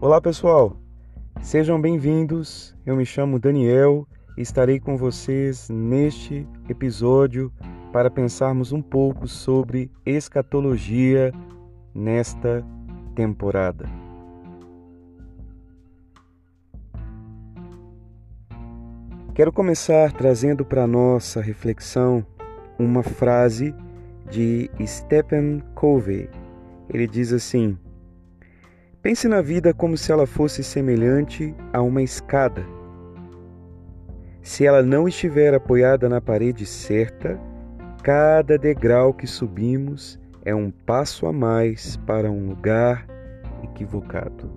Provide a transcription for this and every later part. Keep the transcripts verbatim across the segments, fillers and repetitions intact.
Olá pessoal, sejam bem-vindos. Eu me chamo Daniel e estarei com vocês neste episódio para pensarmos um pouco sobre escatologia nesta temporada. Quero começar trazendo para nossa reflexão uma frase de Stephen Covey. Ele diz assim: pense na vida como se ela fosse semelhante a uma escada. Se ela não estiver apoiada na parede certa, cada degrau que subimos é um passo a mais para um lugar equivocado.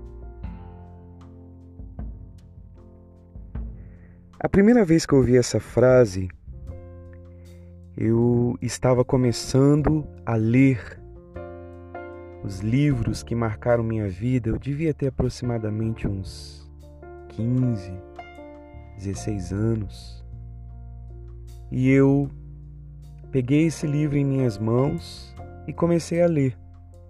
A primeira vez que eu ouvi essa frase, eu estava começando a ler os livros que marcaram minha vida. Eu devia ter aproximadamente uns quinze, dezesseis anos. E eu peguei esse livro em minhas mãos e comecei a ler.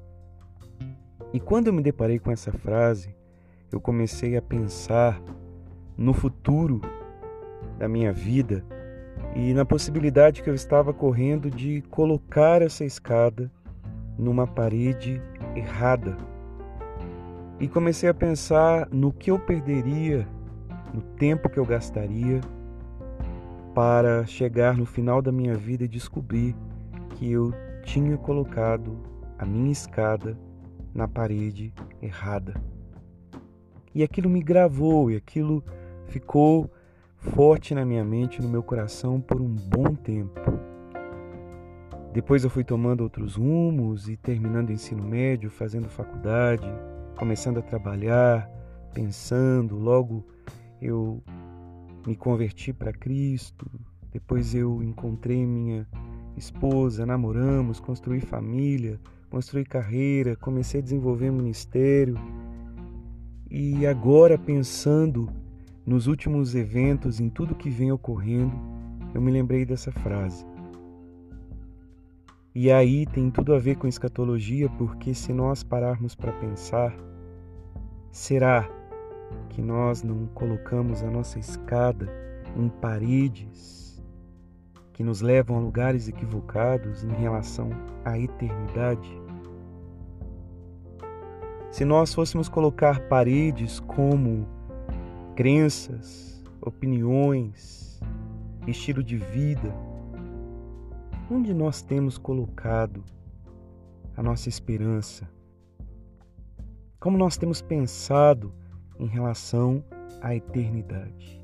E quando eu me deparei com essa frase, eu comecei a pensar no futuro da minha vida e na possibilidade que eu estava correndo de colocar essa escada numa parede errada. E comecei a pensar no que eu perderia, no tempo que eu gastaria para chegar no final da minha vida e descobrir que eu tinha colocado a minha escada na parede errada. E aquilo me gravou, e aquilo ficou forte na minha mente, no meu coração por um bom tempo. Depois eu fui tomando outros rumos e terminando o ensino médio, fazendo faculdade, começando a trabalhar, pensando. Logo eu me converti para Cristo. Depois eu encontrei minha esposa, namoramos, construí família, construí carreira, comecei a desenvolver ministério. E agora, pensando nos últimos eventos, em tudo que vem ocorrendo, eu me lembrei dessa frase. E aí tem tudo a ver com escatologia, porque se nós pararmos para pensar, será que nós não colocamos a nossa escada em paredes que nos levam a lugares equivocados em relação à eternidade? Se nós fôssemos colocar paredes como crenças, opiniões, estilo de vida, onde nós temos colocado a nossa esperança? Como nós temos pensado em relação à eternidade?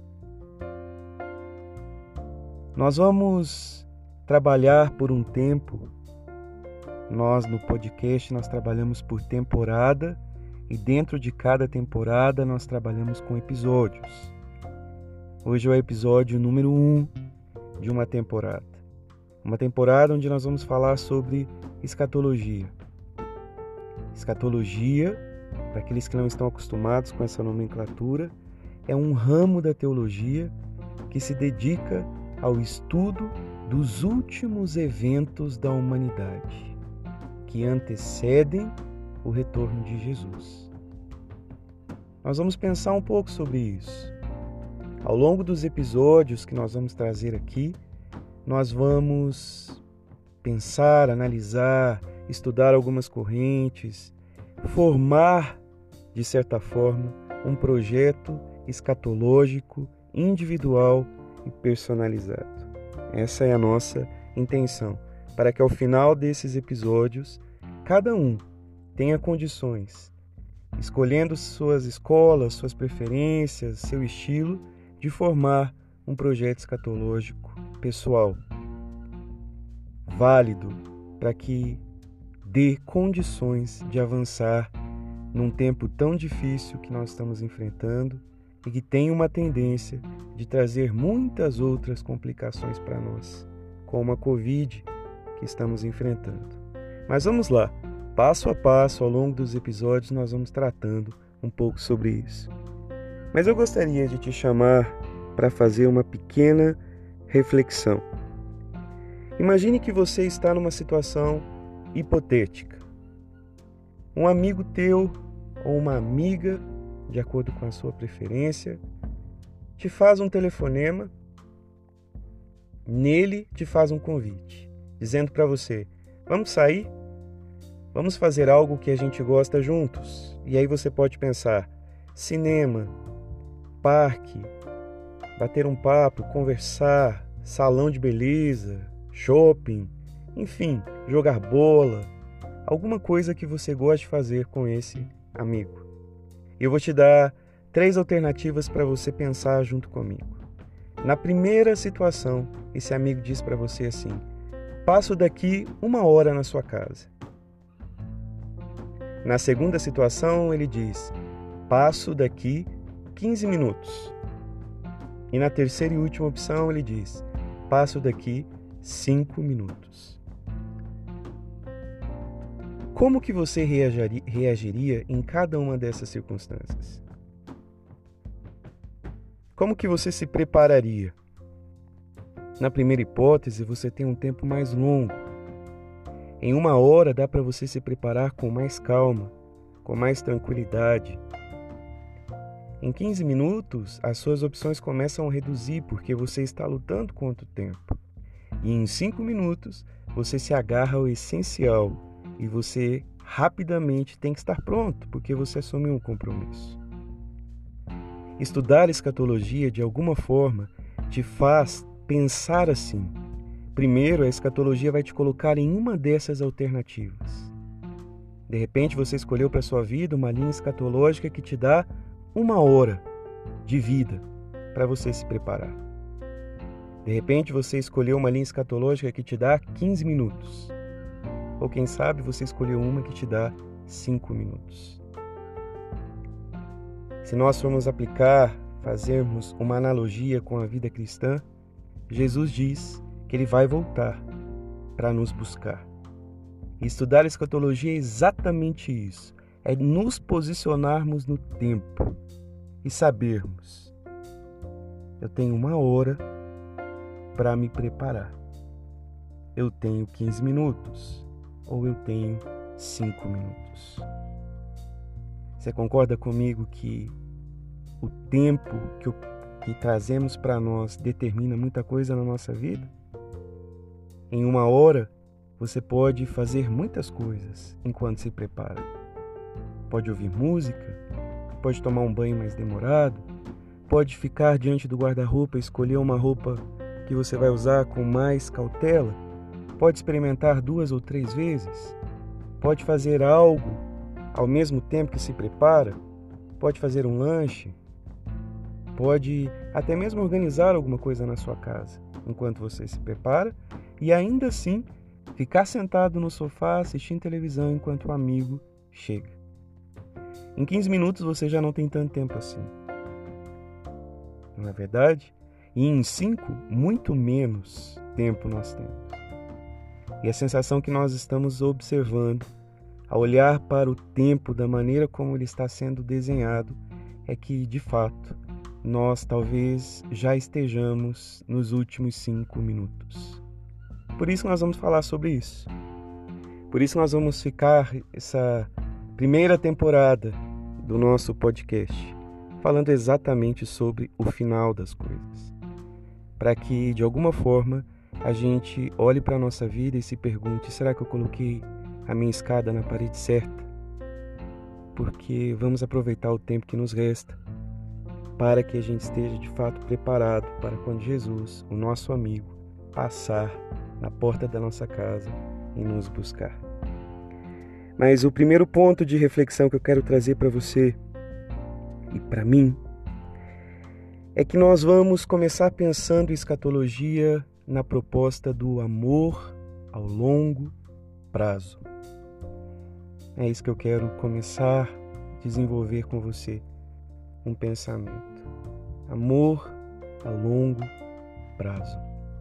Nós vamos trabalhar por um tempo. Nós no podcast nós trabalhamos por temporada e dentro de cada temporada nós trabalhamos com episódios. Hoje é o episódio número um de uma temporada. Uma temporada onde nós vamos falar sobre escatologia. Escatologia, para aqueles que não estão acostumados com essa nomenclatura, é um ramo da teologia que se dedica ao estudo dos últimos eventos da humanidade, que antecedem o retorno de Jesus. Nós vamos pensar um pouco sobre isso. Ao longo dos episódios que nós vamos trazer aqui, nós vamos pensar, analisar, estudar algumas correntes, formar, de certa forma, um projeto escatológico, individual e personalizado. Essa é a nossa intenção, para que ao final desses episódios, cada um tenha condições, escolhendo suas escolas, suas preferências, seu estilo, de formar um projeto escatológico pessoal, válido, para que dê condições de avançar num tempo tão difícil que nós estamos enfrentando e que tem uma tendência de trazer muitas outras complicações para nós, como a Covid que estamos enfrentando. Mas vamos lá, passo a passo, ao longo dos episódios, nós vamos tratando um pouco sobre isso. Mas eu gostaria de te chamar para fazer uma pequena reflexão. Imagine que você está numa situação hipotética. Um amigo teu ou uma amiga de acordo com a sua preferência, te faz um telefonema, nele te faz um convite, dizendo para você: vamos sair? Vamos fazer algo que a gente gosta juntos? E aí você pode pensar: cinema, parque, bater um papo, conversar, salão de beleza, shopping, enfim, jogar bola, alguma coisa que você goste de fazer com esse amigo. Eu vou te dar três alternativas para você pensar junto comigo. Na primeira situação, esse amigo diz para você assim: passo daqui uma hora na sua casa. Na segunda situação, ele diz: passo daqui quinze minutos. E na terceira e última opção, ele diz: passo daqui cinco minutos. Como que você reagiria em cada uma dessas circunstâncias? Como que você se prepararia? Na primeira hipótese, você tem um tempo mais longo. Em uma hora dá para você se preparar com mais calma, com mais tranquilidade. Em quinze minutos, as suas opções começam a reduzir porque você está lutando contra o tempo. E em cinco minutos, você se agarra ao essencial e você rapidamente tem que estar pronto porque você assumiu um compromisso. Estudar escatologia, de alguma forma, te faz pensar assim. Primeiro, a escatologia vai te colocar em uma dessas alternativas. De repente, você escolheu para sua vida uma linha escatológica que te dá uma hora de vida para você se preparar. De repente, você escolheu uma linha escatológica que te dá quinze minutos. Ou quem sabe, você escolheu uma que te dá cinco minutos. Se nós formos aplicar, fazermos uma analogia com a vida cristã, Jesus diz que Ele vai voltar para nos buscar. E estudar a escatologia é exatamente isso. É nos posicionarmos no tempo e sabermos: eu tenho uma hora para me preparar. Eu tenho quinze minutos ou eu tenho cinco minutos. Você concorda comigo que o tempo que, o, que trazemos para nós determina muita coisa na nossa vida? Em uma hora, você pode fazer muitas coisas enquanto se prepara. Pode ouvir música, pode tomar um banho mais demorado, pode ficar diante do guarda-roupa e escolher uma roupa que você vai usar com mais cautela, pode experimentar duas ou três vezes, pode fazer algo ao mesmo tempo que se prepara, pode fazer um lanche, pode até mesmo organizar alguma coisa na sua casa enquanto você se prepara e ainda assim ficar sentado no sofá assistindo televisão enquanto o amigo chega. Em quinze minutos você já não tem tanto tempo assim. Não é verdade? E em cinco, muito menos tempo nós temos. E a sensação que nós estamos observando, a olhar para o tempo da maneira como ele está sendo desenhado, é que, de fato, nós talvez já estejamos nos últimos cinco minutos. Por isso nós vamos falar sobre isso. Por isso nós vamos ficar essa primeira temporada do nosso podcast falando exatamente sobre o final das coisas. Para que, de alguma forma, a gente olhe para a nossa vida e se pergunte: será que eu coloquei a minha escada na parede certa? Porque vamos aproveitar o tempo que nos resta para que a gente esteja de fato preparado para quando Jesus, o nosso amigo, passar na porta da nossa casa e nos buscar. Mas o primeiro ponto de reflexão que eu quero trazer para você e para mim é que nós vamos começar pensando em escatologia na proposta do amor ao longo prazo. É isso que eu quero começar a desenvolver com você, um pensamento. Amor a longo prazo.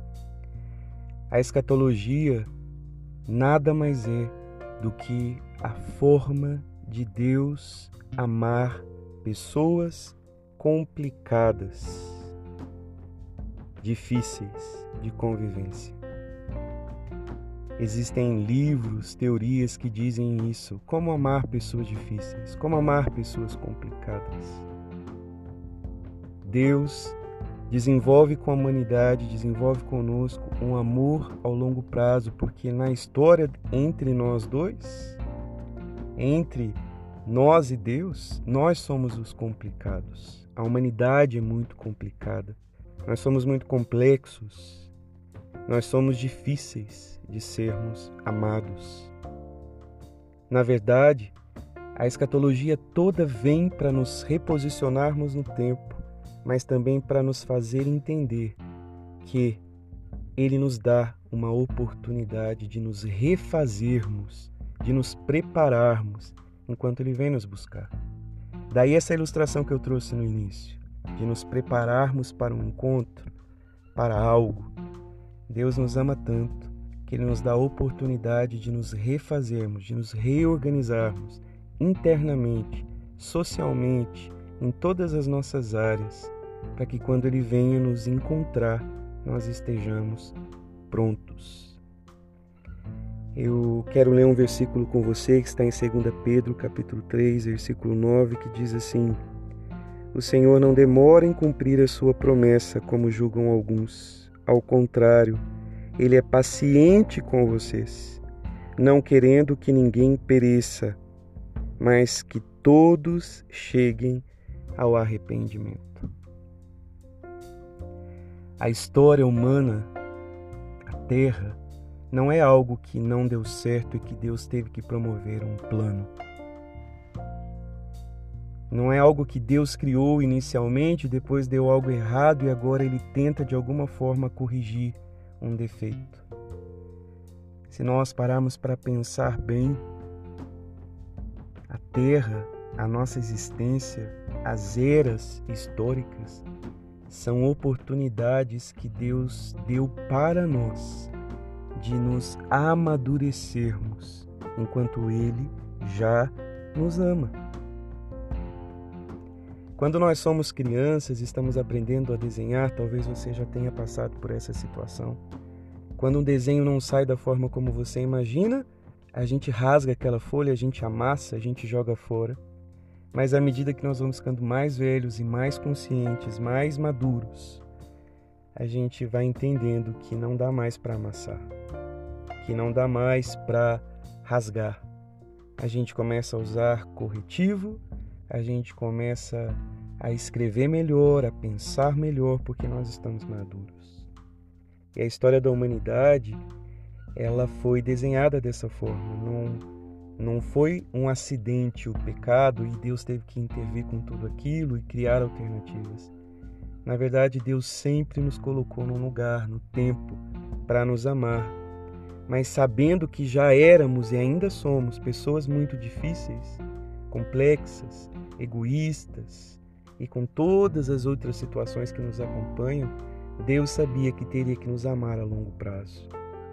A escatologia nada mais é do que a forma de Deus amar pessoas complicadas, difíceis de convivência. Existem livros, teorias que dizem isso. Como amar pessoas difíceis, como amar pessoas complicadas. Deus desenvolve com a humanidade, desenvolve conosco um amor ao longo prazo, porque na história entre nós dois, entre nós e Deus, nós somos os complicados. A humanidade é muito complicada. Nós somos muito complexos. Nós somos difíceis de sermos amados. Na verdade, a escatologia toda vem para nos reposicionarmos no tempo, mas também para nos fazer entender que Ele nos dá uma oportunidade de nos refazermos, de nos prepararmos enquanto Ele vem nos buscar. Daí essa ilustração que eu trouxe no início, de nos prepararmos para um encontro, para algo. Deus nos ama tanto que Ele nos dá a oportunidade de nos refazermos, de nos reorganizarmos internamente, socialmente, em todas as nossas áreas, para que quando Ele venha nos encontrar, nós estejamos prontos. Eu quero ler um versículo com você que está em Segunda Pedro, capítulo três, versículo nove, que diz assim: O Senhor não demora em cumprir a sua promessa, como julgam alguns. Ao contrário, Ele é paciente com vocês, não querendo que ninguém pereça, mas que todos cheguem ao arrependimento. A história humana, a Terra, não é algo que não deu certo e que Deus teve que promover um plano. Não é algo que Deus criou inicialmente, depois deu algo errado e agora Ele tenta de alguma forma corrigir um defeito. Se nós pararmos para pensar bem, a Terra, a nossa existência, as eras históricas, são oportunidades que Deus deu para nós de nos amadurecermos, enquanto Ele já nos ama. Quando nós somos crianças e estamos aprendendo a desenhar, talvez você já tenha passado por essa situação. Quando um desenho não sai da forma como você imagina, a gente rasga aquela folha, a gente amassa, a gente joga fora. Mas à medida que nós vamos ficando mais velhos e mais conscientes, mais maduros, a gente vai entendendo que não dá mais para amassar, que não dá mais para rasgar. A gente começa a usar corretivo, a gente começa a escrever melhor, a pensar melhor, porque nós estamos maduros. E a história da humanidade, ela foi desenhada dessa forma. Não, não foi um acidente o pecado e Deus teve que intervir com tudo aquilo e criar alternativas. Na verdade, Deus sempre nos colocou num lugar, no tempo, para nos amar. Mas sabendo que já éramos e ainda somos pessoas muito difíceis, complexas, egoístas e com todas as outras situações que nos acompanham, Deus sabia que teria que nos amar a longo prazo.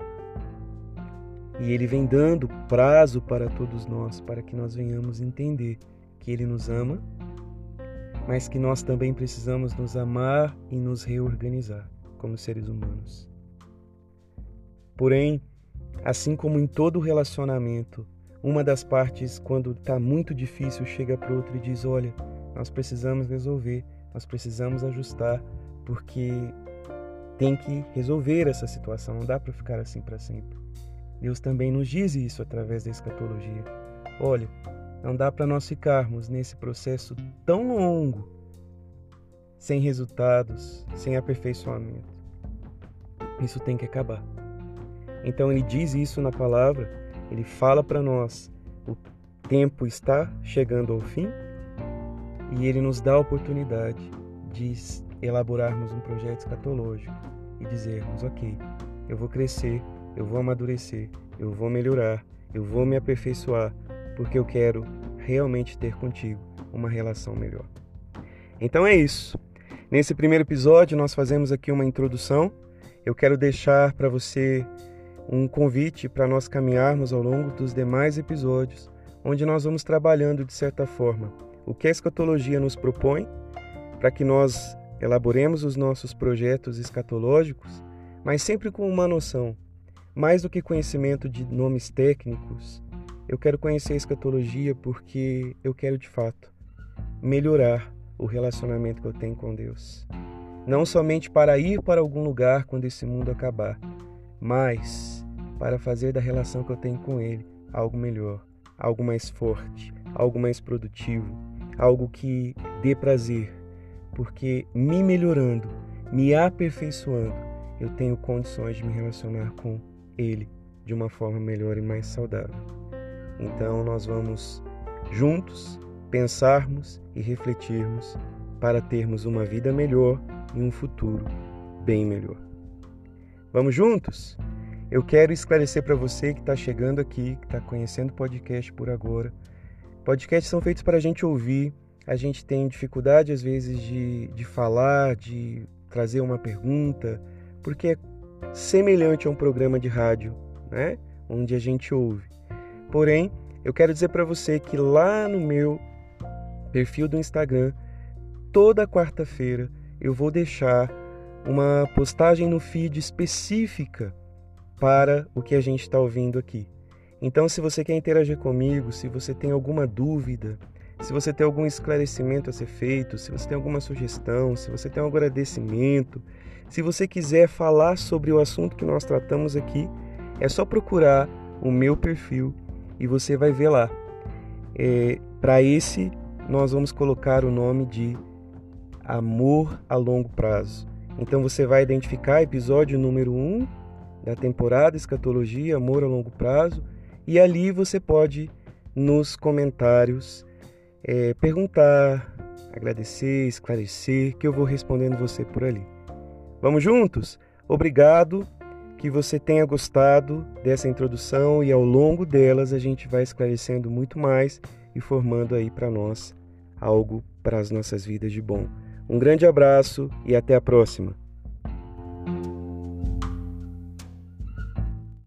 E Ele vem dando prazo para todos nós, para que nós venhamos entender que Ele nos ama, mas que nós também precisamos nos amar e nos reorganizar como seres humanos. Porém, assim como em todo relacionamento, uma das partes, quando está muito difícil, chega para o outro e diz: olha, nós precisamos resolver, nós precisamos ajustar, porque tem que resolver essa situação, não dá para ficar assim para sempre. Deus também nos diz isso através da escatologia. Olha, não dá para nós ficarmos nesse processo tão longo, sem resultados, sem aperfeiçoamento. Isso tem que acabar. Então Ele diz isso na palavra, Ele fala para nós, o tempo está chegando ao fim e Ele nos dá a oportunidade de elaborarmos um projeto escatológico e dizermos: ok, eu vou crescer, eu vou amadurecer, eu vou melhorar, eu vou me aperfeiçoar, porque eu quero realmente ter contigo uma relação melhor. Então é isso. Nesse primeiro episódio nós fazemos aqui uma introdução. Eu quero deixar para você um convite para nós caminharmos ao longo dos demais episódios, onde nós vamos trabalhando de certa forma o que a escatologia nos propõe, para que nós elaboremos os nossos projetos escatológicos, mas sempre com uma noção. mais do que conhecimento de nomes técnicos, eu quero conhecer a escatologia porque eu quero, de fato, melhorar o relacionamento que eu tenho com Deus. Não somente para ir para algum lugar quando esse mundo acabar, mas para fazer da relação que eu tenho com Ele algo melhor, algo mais forte, algo mais produtivo, algo que dê prazer, porque me melhorando, me aperfeiçoando, eu tenho condições de me relacionar com Ele de uma forma melhor e mais saudável. Então nós vamos juntos pensarmos e refletirmos para termos uma vida melhor e um futuro bem melhor. Vamos juntos? Eu quero esclarecer para você que está chegando aqui, que está conhecendo o podcast por agora. Podcasts são feitos para a gente ouvir. A gente tem dificuldade às vezes de, de falar, de trazer uma pergunta, porque é semelhante a um programa de rádio, né? Onde a gente ouve. Porém, eu quero dizer para você que lá no meu perfil do Instagram, toda quarta-feira, eu vou deixar uma postagem no feed específica para o que a gente está ouvindo aqui. Então, se você quer interagir comigo, se você tem alguma dúvida, se você tem algum esclarecimento a ser feito, se você tem alguma sugestão, se você tem algum agradecimento, se você quiser falar sobre o assunto que nós tratamos aqui, é só procurar o meu perfil e você vai ver lá. É, para esse, nós vamos colocar o nome de Amor a Longo Prazo. Então você vai identificar episódio número um da temporada Escatologia, Amor a Longo Prazo, e ali você pode, nos comentários, é, perguntar, agradecer, esclarecer, que eu vou respondendo você por ali. Vamos juntos? Obrigado, que você tenha gostado dessa introdução e ao longo delas a gente vai esclarecendo muito mais e formando aí para nós algo para as nossas vidas de bom. Um grande abraço e até a próxima.